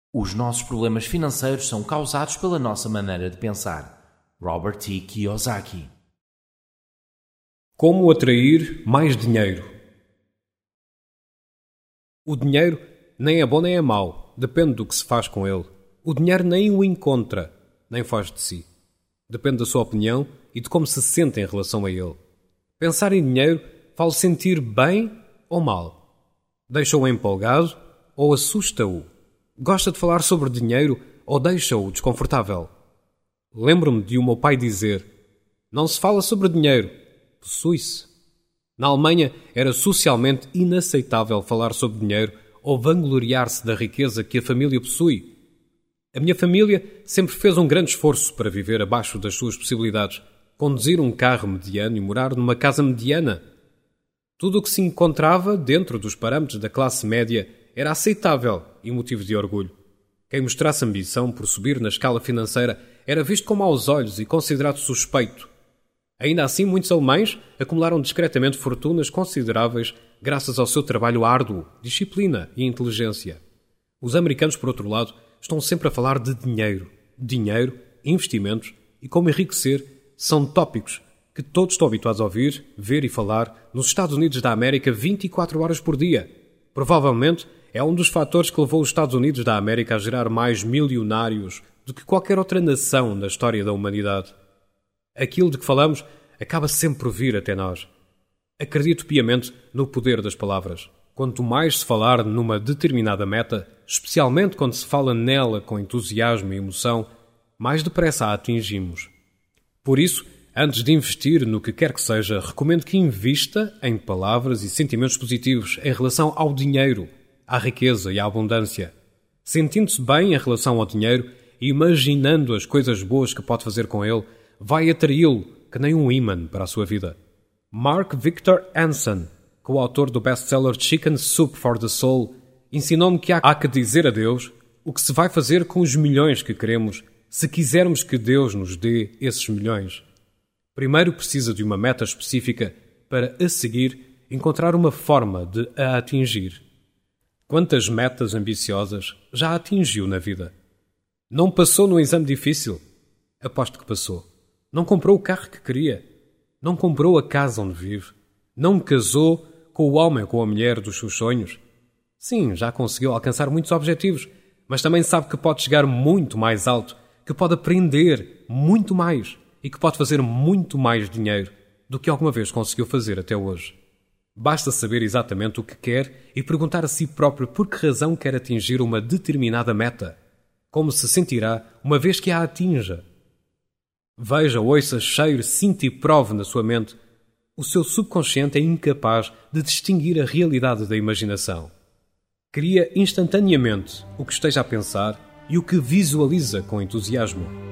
Os nossos problemas financeiros são causados pela nossa maneira de pensar. Robert T. Kiyosaki. Como atrair mais dinheiro? O dinheiro nem é bom nem é mau, depende do que se faz com ele. O dinheiro nem o encontra, nem foge de si. Depende da sua opinião e de como se sente em relação a ele. Pensar em dinheiro faz-o sentir bem ou mal. Deixa-o empolgado ou assusta-o. Gosta de falar sobre dinheiro ou deixa-o desconfortável. Lembro-me de o meu pai dizer: não se fala sobre dinheiro, possui-se. Na Alemanha era socialmente inaceitável falar sobre dinheiro ou vangloriar-se da riqueza que a família possui. A minha família sempre fez um grande esforço para viver abaixo das suas possibilidades, conduzir um carro mediano e morar numa casa mediana. Tudo o que se encontrava dentro dos parâmetros da classe média era aceitável e motivo de orgulho. Quem mostrasse ambição por subir na escala financeira era visto com maus olhos e considerado suspeito. Ainda assim, muitos alemães acumularam discretamente fortunas consideráveis graças ao seu trabalho árduo, disciplina e inteligência. Os americanos, por outro lado, estão sempre a falar de dinheiro. Dinheiro, investimentos e como enriquecer são tópicos que todos estão habituados a ouvir, ver e falar nos Estados Unidos da América 24 horas por dia. Provavelmente é um dos fatores que levou os Estados Unidos da América a gerar mais milionários do que qualquer outra nação na história da humanidade. Aquilo de que falamos acaba sempre por vir até nós. Acredito piamente no poder das palavras. Quanto mais se falar numa determinada meta, especialmente quando se fala nela com entusiasmo e emoção, mais depressa a atingimos. Por isso, antes de investir no que quer que seja, recomendo que invista em palavras e sentimentos positivos em relação ao dinheiro, à riqueza e à abundância. Sentindo-se bem em relação ao dinheiro e imaginando as coisas boas que pode fazer com ele, vai atraí-lo que nem um ímã para a sua vida. Mark Victor Hansen, coautor do best-seller Chicken Soup for the Soul, ensinou-me que há que dizer a Deus o que se vai fazer com os milhões que queremos se quisermos que Deus nos dê esses milhões. Primeiro precisa de uma meta específica para, a seguir, encontrar uma forma de a atingir. Quantas metas ambiciosas já atingiu na vida? Não passou num exame difícil? Aposto que passou. Não comprou o carro que queria? Não comprou a casa onde vive? Não casou com o homem ou com a mulher dos seus sonhos? Sim, já conseguiu alcançar muitos objetivos, mas também sabe que pode chegar muito mais alto, que pode aprender muito mais e que pode fazer muito mais dinheiro do que alguma vez conseguiu fazer até hoje. Basta saber exatamente o que quer e perguntar a si próprio por que razão quer atingir uma determinada meta. Como se sentirá uma vez que a atinja. Veja, ouça, cheire, sinta e prove na sua mente. O seu subconsciente é incapaz de distinguir a realidade da imaginação. Cria instantaneamente o que esteja a pensar e o que visualiza com entusiasmo.